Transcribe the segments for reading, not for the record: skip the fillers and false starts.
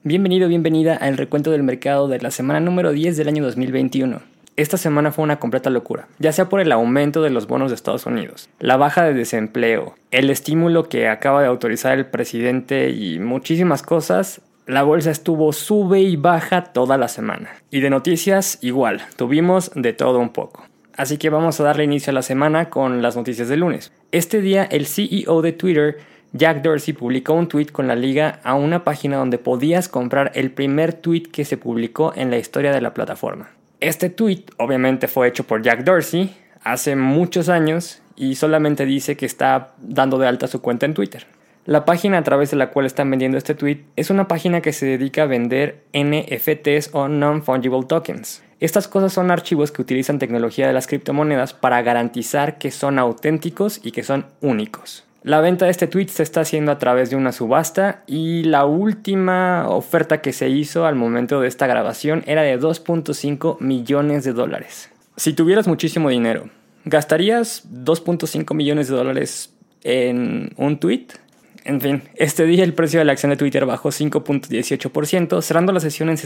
Bienvenido, bienvenida al recuento del mercado de la semana número 10 del año 2021. Esta semana fue una completa locura, ya sea por el aumento de los bonos de Estados Unidos, la baja de desempleo, el estímulo que acaba de autorizar el presidente y muchísimas cosas. La bolsa estuvo sube y baja toda la semana. Y de noticias igual, tuvimos de todo un poco. Así que vamos a darle inicio a la semana con las noticias del lunes. Este día el CEO de Twitter, Jack Dorsey, publicó un tweet con la liga a una página donde podías comprar el primer tweet que se publicó en la historia de la plataforma. Este tweet obviamente fue hecho por Jack Dorsey hace muchos años y solamente dice que está dando de alta su cuenta en Twitter. La página a través de la cual están vendiendo este tweet es una página que se dedica a vender NFTs o Non-Fungible Tokens. Estas cosas son archivos que utilizan tecnología de las criptomonedas para garantizar que son auténticos y que son únicos. La venta de este tweet se está haciendo a través de una subasta y la última oferta que se hizo al momento de esta grabación era de $2.5 millones. Si tuvieras muchísimo dinero, ¿gastarías $2.5 millones en un tweet? En fin, este día el precio de la acción de Twitter bajó 5.18%, cerrando la sesión en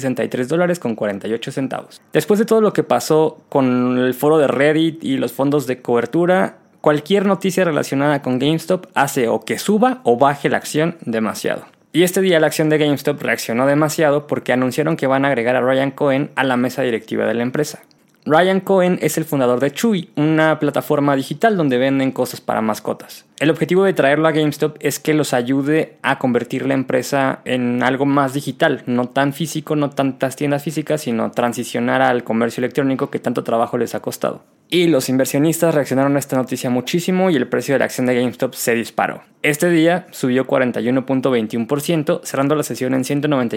$63.48. Después de todo lo que pasó con el foro de Reddit y los fondos de cobertura, cualquier noticia relacionada con GameStop hace o que suba o baje la acción demasiado. Y este día la acción de GameStop reaccionó demasiado porque anunciaron que van a agregar a Ryan Cohen a la mesa directiva de la empresa. Ryan Cohen es el fundador de Chewy, una plataforma digital donde venden cosas para mascotas. El objetivo de traerlo a GameStop es que los ayude a convertir la empresa en algo más digital, no tan físico, no tantas tiendas físicas, sino transicionar al comercio electrónico que tanto trabajo les ha costado. Y los inversionistas reaccionaron a esta noticia muchísimo y el precio de la acción de GameStop se disparó. Este día subió 41.21%, cerrando la sesión en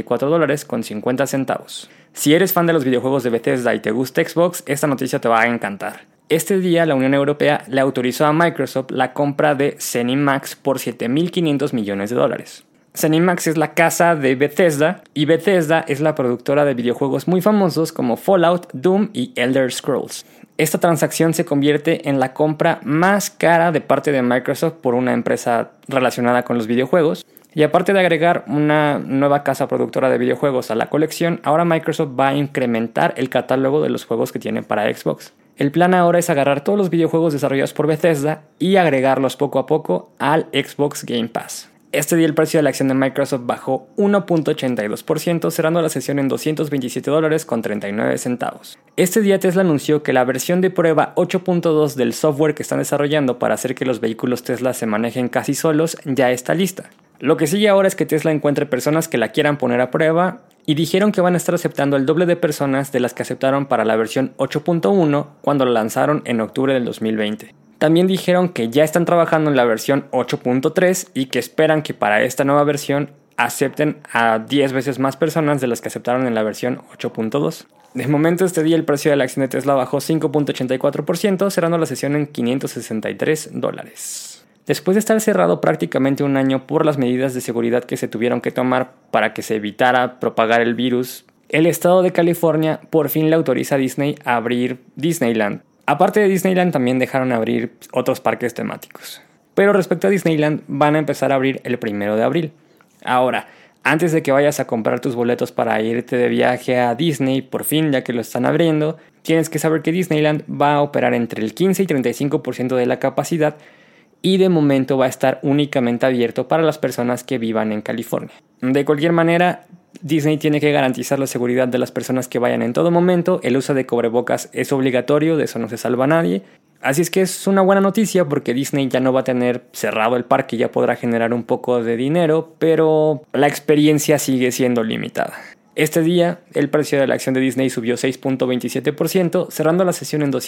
$194.50. Si eres fan de los videojuegos de Bethesda y te gusta Xbox, esta noticia te va a encantar. Este día la Unión Europea le autorizó a Microsoft la compra de ZeniMax por $7.500 millones. ZeniMax es la casa de Bethesda y Bethesda es la productora de videojuegos muy famosos como Fallout, Doom y Elder Scrolls. Esta transacción se convierte en la compra más cara de parte de Microsoft por una empresa relacionada con los videojuegos. Y aparte de agregar una nueva casa productora de videojuegos a la colección, ahora Microsoft va a incrementar el catálogo de los juegos que tiene para Xbox. El plan ahora es agarrar todos los videojuegos desarrollados por Bethesda y agregarlos poco a poco al Xbox Game Pass. Este día el precio de la acción de Microsoft bajó 1.82%, cerrando la sesión en $227.39. Este día Tesla anunció que la versión de prueba 8.2 del software que están desarrollando para hacer que los vehículos Tesla se manejen casi solos ya está lista. Lo que sigue ahora es que Tesla encuentre personas que la quieran poner a prueba y dijeron que van a estar aceptando el doble de personas de las que aceptaron para la versión 8.1 cuando la lanzaron en octubre del 2020. También dijeron que ya están trabajando en la versión 8.3 y que esperan que para esta nueva versión acepten a 10 veces más personas de las que aceptaron en la versión 8.2. De momento este día el precio de la acción de Tesla bajó 5.84%, cerrando la sesión en $563. Después de estar cerrado prácticamente un año por las medidas de seguridad que se tuvieron que tomar para que se evitara propagar el virus, el estado de California por fin le autoriza a Disney a abrir Disneyland. Aparte de Disneyland también dejaron abrir otros parques temáticos. Pero respecto a Disneyland van a empezar a abrir el 1 de abril. Ahora, antes de que vayas a comprar tus boletos para irte de viaje a Disney, por fin ya que lo están abriendo, tienes que saber que Disneyland va a operar entre el 15 y 35% de la capacidad y de momento va a estar únicamente abierto para las personas que vivan en California. De cualquier manera, Disney tiene que garantizar la seguridad de las personas que vayan en todo momento. El uso de cubrebocas es obligatorio, de eso no se salva nadie. Así es que es una buena noticia porque Disney ya no va a tener cerrado el parque, ya podrá generar un poco de dinero, pero la experiencia sigue siendo limitada. Este día, el precio de la acción de Disney subió 6.27%, cerrando la sesión en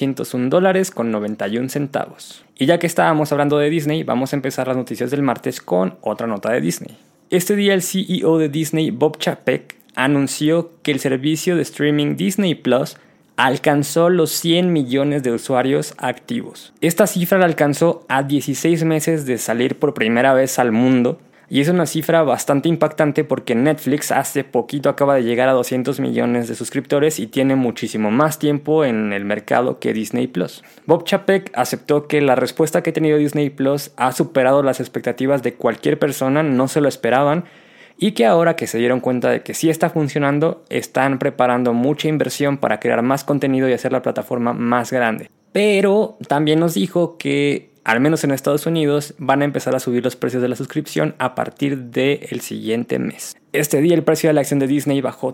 $201.91. Y ya que estábamos hablando de Disney, vamos a empezar las noticias del martes con otra nota de Disney. Este día el CEO de Disney, Bob Chapek, anunció que el servicio de streaming Disney Plus alcanzó los 100 millones de usuarios activos. Esta cifra la alcanzó a 16 meses de salir por primera vez al mundo. Y es una cifra bastante impactante porque Netflix hace poquito acaba de llegar a 200 millones de suscriptores y tiene muchísimo más tiempo en el mercado que Disney Plus. Bob Chapek aceptó que la respuesta que ha tenido Disney Plus ha superado las expectativas de cualquier persona, no se lo esperaban. y que ahora que se dieron cuenta de que sí está funcionando, están preparando mucha inversión para crear más contenido y hacer la plataforma más grande. Pero también nos dijo que, al menos en Estados Unidos, van a empezar a subir los precios de la suscripción a partir del siguiente mes. Este día el precio de la acción de Disney bajó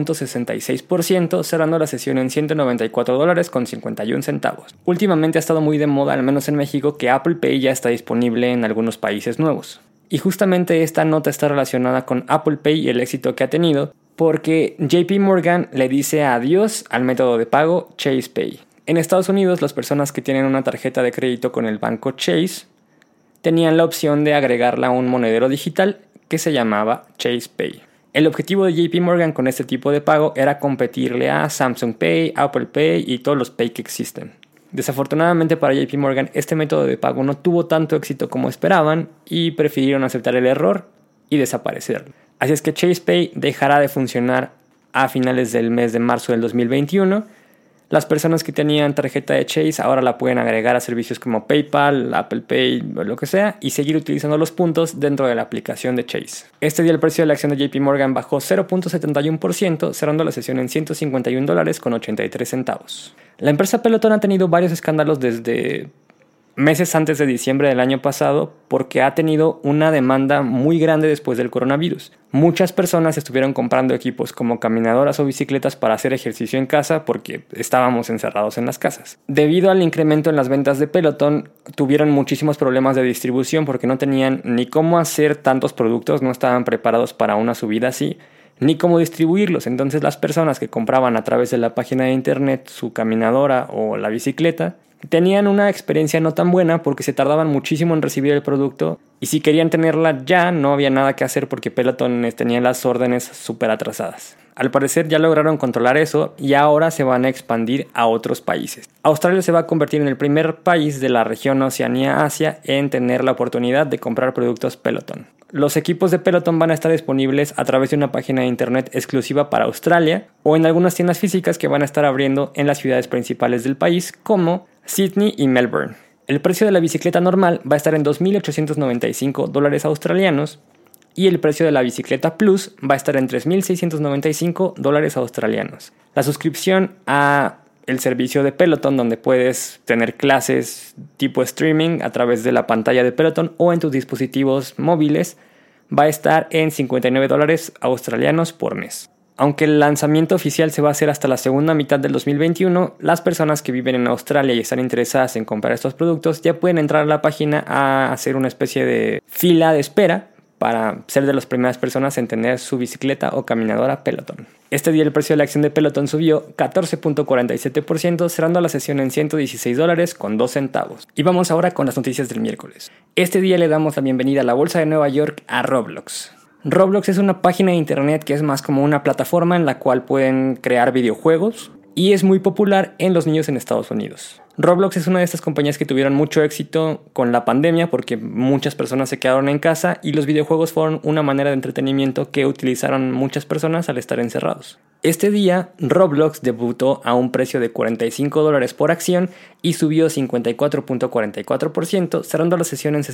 3.66%, cerrando la sesión en $194.51. Últimamente ha estado muy de moda, al menos en México, que Apple Pay ya está disponible en algunos países nuevos. Y justamente esta nota está relacionada con Apple Pay y el éxito que ha tenido, porque JP Morgan le dice adiós al método de pago Chase Pay. En Estados Unidos, las personas que tienen una tarjeta de crédito con el banco Chase tenían la opción de agregarla a un monedero digital que se llamaba Chase Pay. El objetivo de JP Morgan con este tipo de pago era competirle a Samsung Pay, Apple Pay y todos los Pay que existen. Desafortunadamente para JP Morgan, este método de pago no tuvo tanto éxito como esperaban y prefirieron aceptar el error y desaparecerlo. Así es que Chase Pay dejará de funcionar a finales del mes de marzo del 2021. Las personas que tenían tarjeta de Chase ahora la pueden agregar a servicios como PayPal, Apple Pay o lo que sea y seguir utilizando los puntos dentro de la aplicación de Chase. Este día el precio de la acción de JP Morgan bajó 0.71%, cerrando la sesión en $151.83. La empresa Peloton ha tenido varios escándalos desde meses antes de diciembre del año pasado porque ha tenido una demanda muy grande después del coronavirus. Muchas personas estuvieron comprando equipos como caminadoras o bicicletas para hacer ejercicio en casa porque estábamos encerrados en las casas. Debido al incremento en las ventas de Peloton, tuvieron muchísimos problemas de distribución porque no tenían ni cómo hacer tantos productos, no estaban preparados para una subida así, ni cómo distribuirlos. Entonces las personas que compraban a través de la página de internet su caminadora o la bicicleta tenían una experiencia no tan buena porque se tardaban muchísimo en recibir el producto y si querían tenerla ya no había nada que hacer porque Peloton tenía las órdenes súper atrasadas. Al parecer ya lograron controlar eso y ahora se van a expandir a otros países. Australia se va a convertir en el primer país de la región Oceanía-Asia en tener la oportunidad de comprar productos Peloton. Los equipos de Peloton van a estar disponibles a través de una página de internet exclusiva para Australia o en algunas tiendas físicas que van a estar abriendo en las ciudades principales del país como Sydney y Melbourne. El precio de la bicicleta normal va a estar en $2.895 australianos y el precio de la bicicleta Plus va a estar en $3.695 australianos. La suscripción a el servicio de Peloton, donde puedes tener clases tipo streaming a través de la pantalla de Peloton o en tus dispositivos móviles, va a estar en $59 australianos por mes. Aunque el lanzamiento oficial se va a hacer hasta la segunda mitad del 2021, las personas que viven en Australia y están interesadas en comprar estos productos ya pueden entrar a la página a hacer una especie de fila de espera para ser de las primeras personas en tener su bicicleta o caminadora Peloton. Este día el precio de la acción de Peloton subió 14.47%, cerrando la sesión en $116.02. Y vamos ahora con las noticias del miércoles. Este día le damos la bienvenida a la bolsa de Nueva York a Roblox. Roblox es una página de internet que es más como una plataforma en la cual pueden crear videojuegos y es muy popular en los niños en Estados Unidos. Roblox es una de estas compañías que tuvieron mucho éxito con la pandemia porque muchas personas se quedaron en casa y los videojuegos fueron una manera de entretenimiento que utilizaron muchas personas al estar encerrados. Este día, Roblox debutó a un precio de $45 por acción y subió 54.44%, cerrando la sesión en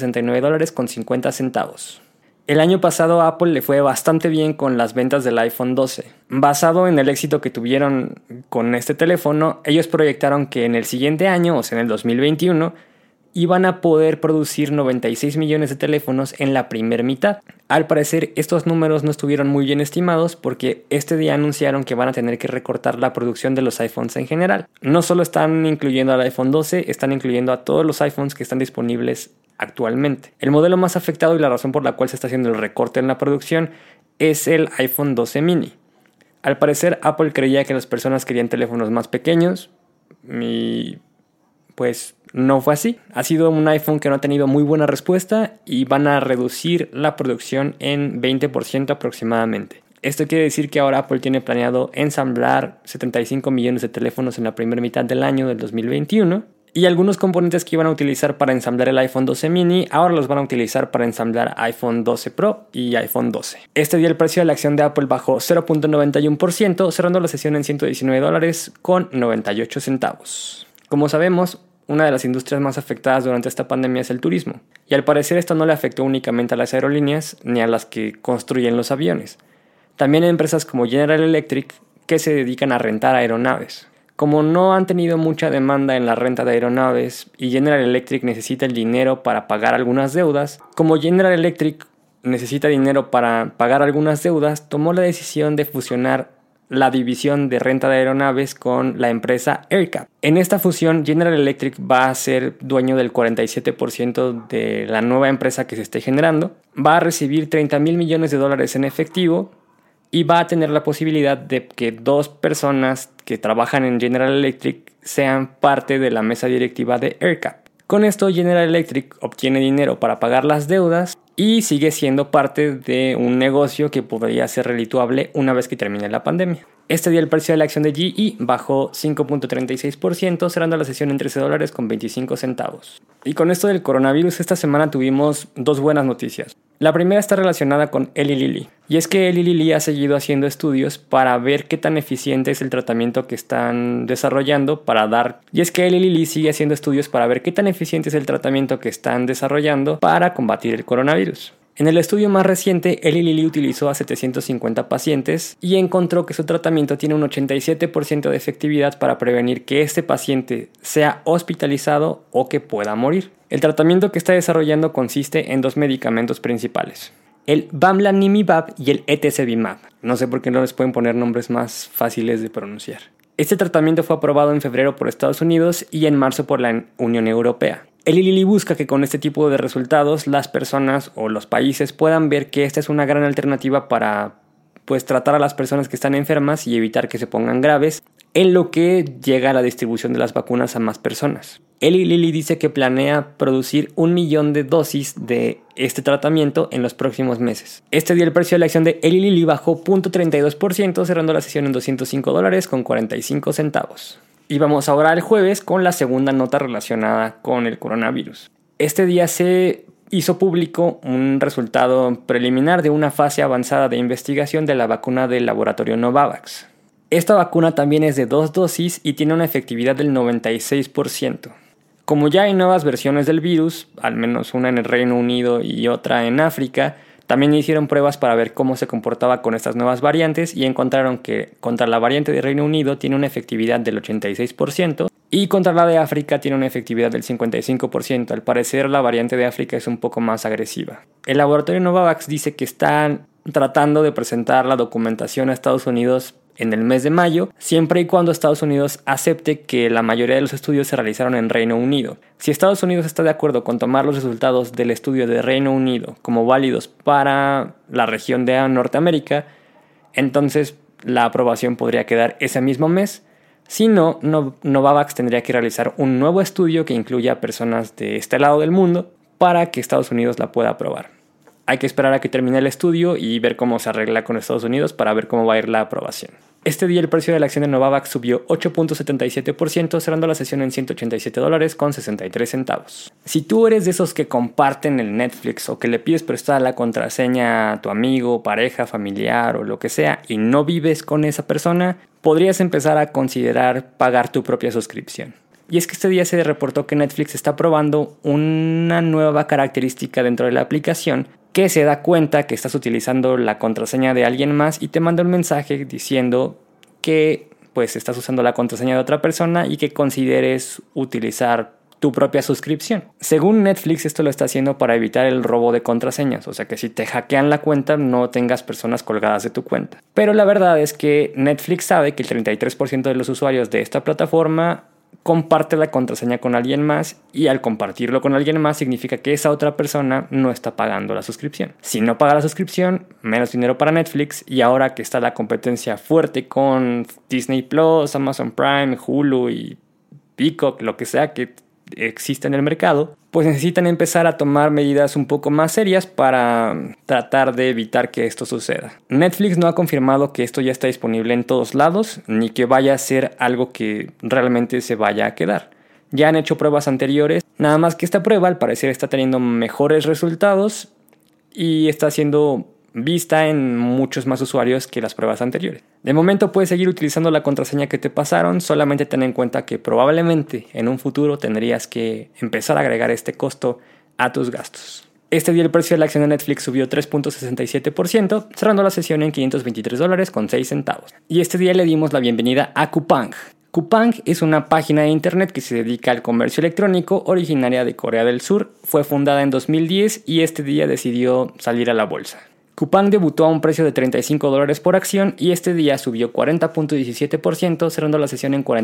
$69.50. El año pasado a Apple le fue bastante bien con las ventas del iPhone 12. Basado en el éxito que tuvieron con este teléfono, ellos proyectaron que en el siguiente año, o sea en el 2021, iban a poder producir 96 millones de teléfonos en la primera mitad. Al parecer, estos números no estuvieron muy bien estimados porque este día anunciaron que van a tener que recortar la producción de los iPhones en general. No solo están incluyendo al iPhone 12, están incluyendo a todos los iPhones que están disponibles actualmente. El modelo más afectado y la razón por la cual se está haciendo el recorte en la producción es el iPhone 12 mini. Al parecer, Apple creía que las personas querían teléfonos más pequeños y pues no fue así. Ha sido un iPhone que no ha tenido muy buena respuesta y van a reducir la producción en 20% aproximadamente. Esto quiere decir que ahora Apple tiene planeado ensamblar 75 millones de teléfonos en la primera mitad del año del 2021. Y algunos componentes que iban a utilizar para ensamblar el iPhone 12 mini ahora los van a utilizar para ensamblar iPhone 12 Pro y iPhone 12. Este día el precio de la acción de Apple bajó 0.91%, cerrando la sesión en $119.98. Como sabemos, una de las industrias más afectadas durante esta pandemia es el turismo. Y al parecer esto no le afectó únicamente a las aerolíneas ni a las que construyen los aviones. También hay empresas como General Electric que se dedican a rentar aeronaves. Como no han tenido mucha demanda en la renta de aeronaves y General Electric necesita el dinero para pagar algunas deudas, como General Electric necesita dinero para pagar algunas deudas, tomó la decisión de fusionar la división de renta de aeronaves con la empresa AerCap. En esta fusión, General Electric va a ser dueño del 47% de la nueva empresa que se esté generando, va a recibir $30 mil millones en efectivo y va a tener la posibilidad de que 2 personas que trabajan en General Electric sean parte de la mesa directiva de AerCap. Con esto, General Electric obtiene dinero para pagar las deudas y sigue siendo parte de un negocio que podría ser redituable una vez que termine la pandemia. Este día el precio de la acción de GE bajó 5.36%, cerrando la sesión en $13.25. Y con esto del coronavirus, esta semana tuvimos 2 buenas noticias. La primera está relacionada con Eli Lilly, y es que Eli Lilly ha seguido haciendo estudios para ver qué tan eficiente es el tratamiento que están desarrollando para combatir el coronavirus. En el estudio más reciente, Eli Lilly utilizó a 750 pacientes y encontró que su tratamiento tiene un 87% de efectividad para prevenir que este paciente sea hospitalizado o que pueda morir. El tratamiento que está desarrollando consiste en 2 medicamentos principales: el Bamlanivimab y el Etesevimab. No sé por qué no les pueden poner nombres más fáciles de pronunciar. Este tratamiento fue aprobado en febrero por Estados Unidos y en marzo por la Unión Europea. Eli Lilly busca que con este tipo de resultados las personas o los países puedan ver que esta es una gran alternativa para tratar a las personas que están enfermas y evitar que se pongan graves, en lo que llega la distribución de las vacunas a más personas. Eli Lilly dice que planea producir 1 millón de dosis de este tratamiento en los próximos meses. Este día el precio de la acción de Eli Lilly bajó 0.32%, cerrando la sesión en $205.45. Y vamos ahora al jueves con la segunda nota relacionada con el coronavirus. Este día se hizo público un resultado preliminar de una fase avanzada de investigación de la vacuna del laboratorio Novavax. Esta vacuna también es de 2 dosis y tiene una efectividad del 96%. Como ya hay nuevas versiones del virus, al menos una en el Reino Unido y otra en África, también hicieron pruebas para ver cómo se comportaba con estas nuevas variantes y encontraron que contra la variante de Reino Unido tiene una efectividad del 86% y contra la de África tiene una efectividad del 55%. Al parecer la variante de África es un poco más agresiva. El laboratorio Novavax dice que están tratando de presentar la documentación a Estados Unidos en el mes de mayo, siempre y cuando Estados Unidos acepte que la mayoría de los estudios se realizaron en Reino Unido. Si Estados Unidos está de acuerdo con tomar los resultados del estudio de Reino Unido como válidos para la región de Norteamérica, entonces la aprobación podría quedar ese mismo mes. Si no, Novavax tendría que realizar un nuevo estudio que incluya a personas de este lado del mundo para que Estados Unidos la pueda aprobar. Hay que esperar a que termine el estudio y ver cómo se arregla con Estados Unidos para ver cómo va a ir la aprobación. Este día el precio de la acción de Novavax subió 8.77%, cerrando la sesión en $187.63. Si tú eres de esos que comparten el Netflix o que le pides prestada la contraseña a tu amigo, pareja, familiar o lo que sea y no vives con esa persona, podrías empezar a considerar pagar tu propia suscripción. Y es que este día se reportó que Netflix está probando una nueva característica dentro de la aplicación que se da cuenta que estás utilizando la contraseña de alguien más y te manda un mensaje diciendo que estás usando la contraseña de otra persona y que consideres utilizar tu propia suscripción. Según Netflix, esto lo está haciendo para evitar el robo de contraseñas, o sea que si te hackean la cuenta no tengas personas colgadas de tu cuenta. Pero la verdad es que Netflix sabe que el 33% de los usuarios de esta plataforma comparte la contraseña con alguien más y al compartirlo con alguien más significa que esa otra persona no está pagando la suscripción. Si no paga la suscripción, menos dinero para Netflix, y ahora que está la competencia fuerte con Disney Plus, Amazon Prime, Hulu y Peacock, lo que sea que existe en el mercado, pues necesitan empezar a tomar medidas un poco más serias para tratar de evitar que esto suceda. Netflix no ha confirmado que esto ya está disponible en todos lados, ni que vaya a ser algo que realmente se vaya a quedar. Ya han hecho pruebas anteriores, nada más que esta prueba al parecer está teniendo mejores resultados y está siendo vista en muchos más usuarios que las pruebas anteriores. De momento puedes seguir utilizando la contraseña que te pasaron, solamente ten en cuenta que probablemente en un futuro tendrías que empezar a agregar este costo a tus gastos. Este día el precio de la acción de Netflix subió 3.67%, cerrando la sesión en $523.06. Y este día le dimos la bienvenida a Coupang. Coupang es una página de internet que se dedica al comercio electrónico, originaria de Corea del Sur. Fue fundada en 2010 y este día decidió salir a la bolsa. Coupang debutó a un precio de $35 por acción y este día subió 40.17%, cerrando la sesión en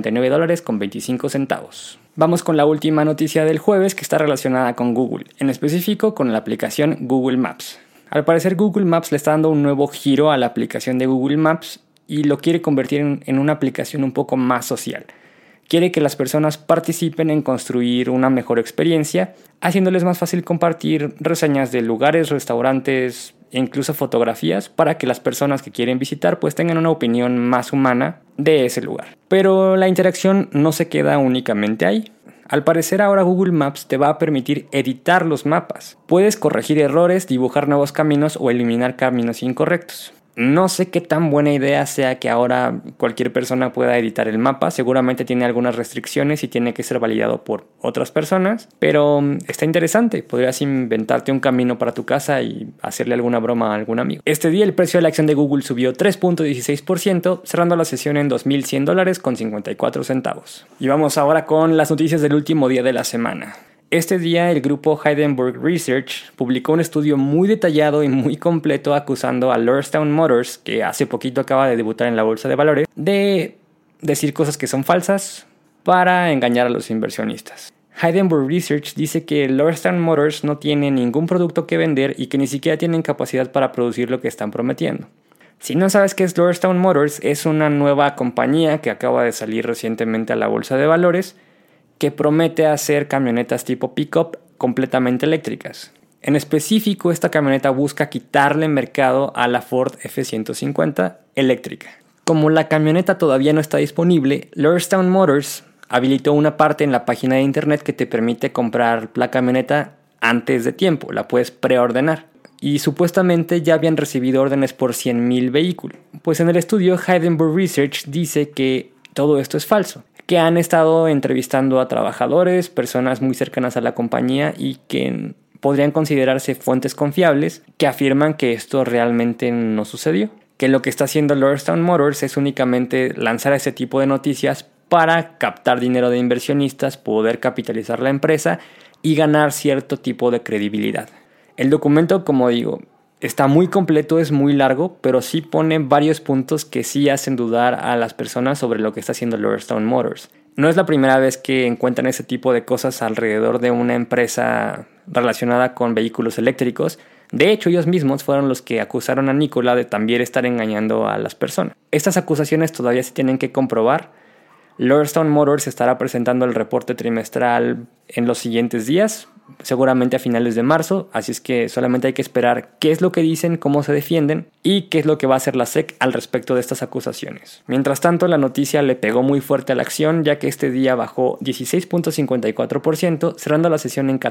$49.25. Vamos con la última noticia del jueves, que está relacionada con Google, en específico con la aplicación Google Maps. Al parecer Google Maps le está dando un nuevo giro a la aplicación de Google Maps y lo quiere convertir en una aplicación un poco más social. Quiere que las personas participen en construir una mejor experiencia, haciéndoles más fácil compartir reseñas de lugares, restaurantes e incluso fotografías para que las personas que quieren visitar pues tengan una opinión más humana de ese lugar. Pero la interacción no se queda únicamente ahí. Al parecer ahora Google Maps te va a permitir editar los mapas. Puedes corregir errores, dibujar nuevos caminos o eliminar caminos incorrectos. No sé qué tan buena idea sea que ahora cualquier persona pueda editar el mapa. Seguramente tiene algunas restricciones y tiene que ser validado por otras personas. Pero está interesante. Podrías inventarte un camino para tu casa y hacerle alguna broma a algún amigo. Este día el precio de la acción de Google subió 3.16%, cerrando la sesión en $2,100.54. Y vamos ahora con las noticias del último día de la semana. Este día el grupo Hindenburg Research publicó un estudio muy detallado y muy completo acusando a Lordstown Motors, que hace poquito acaba de debutar en la bolsa de valores, de decir cosas que son falsas para engañar a los inversionistas. Hindenburg Research dice que Lordstown Motors no tiene ningún producto que vender y que ni siquiera tienen capacidad para producir lo que están prometiendo. Si no sabes qué es Lordstown Motors, es una nueva compañía que acaba de salir recientemente a la bolsa de valores, que promete hacer camionetas tipo pick-up completamente eléctricas. En específico, esta camioneta busca quitarle mercado a la Ford F-150 eléctrica. Como la camioneta todavía no está disponible, Lordstown Motors habilitó una parte en la página de internet que te permite comprar la camioneta antes de tiempo, la puedes preordenar. Y supuestamente ya habían recibido órdenes por 100,000 vehículos. Pues en el estudio, Hindenburg Research dice que todo esto es falso, que han estado entrevistando a trabajadores, personas muy cercanas a la compañía y que podrían considerarse fuentes confiables que afirman que esto realmente no sucedió. Que lo que está haciendo Lordstown Motors es únicamente lanzar ese tipo de noticias para captar dinero de inversionistas, poder capitalizar la empresa y ganar cierto tipo de credibilidad. El documento, como digo, está muy completo, es muy largo, pero sí pone varios puntos que sí hacen dudar a las personas sobre lo que está haciendo Lordstown Motors. No es la primera vez que encuentran ese tipo de cosas alrededor de una empresa relacionada con vehículos eléctricos. De hecho, ellos mismos fueron los que acusaron a Nikola de también estar engañando a las personas. Estas acusaciones todavía se tienen que comprobar. Lordstown Motors estará presentando el reporte trimestral en los siguientes días, seguramente a finales de marzo, así es que solamente hay que esperar qué es lo que dicen, cómo se defienden y qué es lo que va a hacer la SEC al respecto de estas acusaciones. Mientras tanto, la noticia le pegó muy fuerte a la acción, ya que este día bajó 16.54%, cerrando la sesión en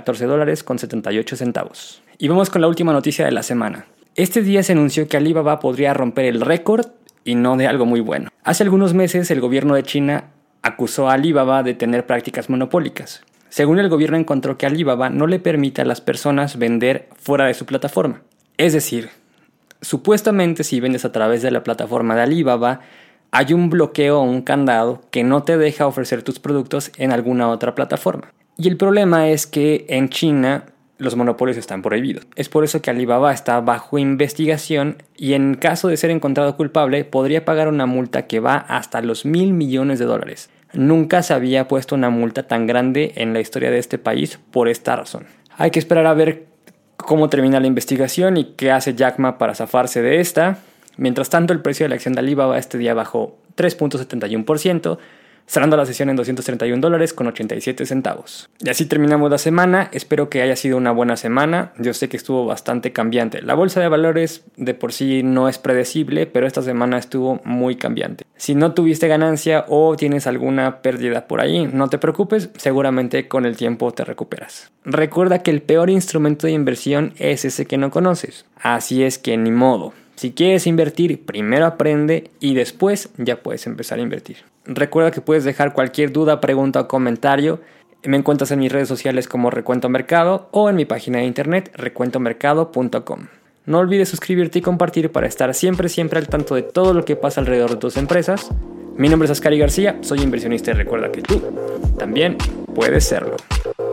$14.78. Y vamos con la última noticia de la semana. Este día se anunció que Alibaba podría romper el récord y no de algo muy bueno. Hace algunos meses el gobierno de China acusó a Alibaba de tener prácticas monopólicas. Según el gobierno encontró que Alibaba no le permite a las personas vender fuera de su plataforma. Es decir, supuestamente si vendes a través de la plataforma de Alibaba, hay un bloqueo o un candado que no te deja ofrecer tus productos en alguna otra plataforma. Y el problema es que en China los monopolios están prohibidos. Es por eso que Alibaba está bajo investigación y en caso de ser encontrado culpable podría pagar una multa que va hasta los $1,000 millones. Nunca se había puesto una multa tan grande en la historia de este país por esta razón. Hay que esperar a ver cómo termina la investigación y qué hace Jack Ma para zafarse de esta. Mientras tanto, el precio de la acción de Alibaba este día bajó 3.71%, cerrando la sesión en $231.87. Y así terminamos la semana. Espero que haya sido una buena semana. Yo sé que estuvo bastante cambiante. La bolsa de valores de por sí no es predecible, pero esta semana estuvo muy cambiante. Si no tuviste ganancia o tienes alguna pérdida por ahí, no te preocupes, seguramente con el tiempo te recuperas. Recuerda que el peor instrumento de inversión es ese que no conoces. Así es que ni modo. Si quieres invertir, primero aprende y después ya puedes empezar a invertir. Recuerda que puedes dejar cualquier duda, pregunta o comentario. Me encuentras en mis redes sociales como Recuento Mercado o en mi página de internet recuentomercado.com. No olvides suscribirte y compartir para estar siempre al tanto de todo lo que pasa alrededor de tus empresas. Mi nombre es Ascari García, soy inversionista y recuerda que tú también puedes serlo.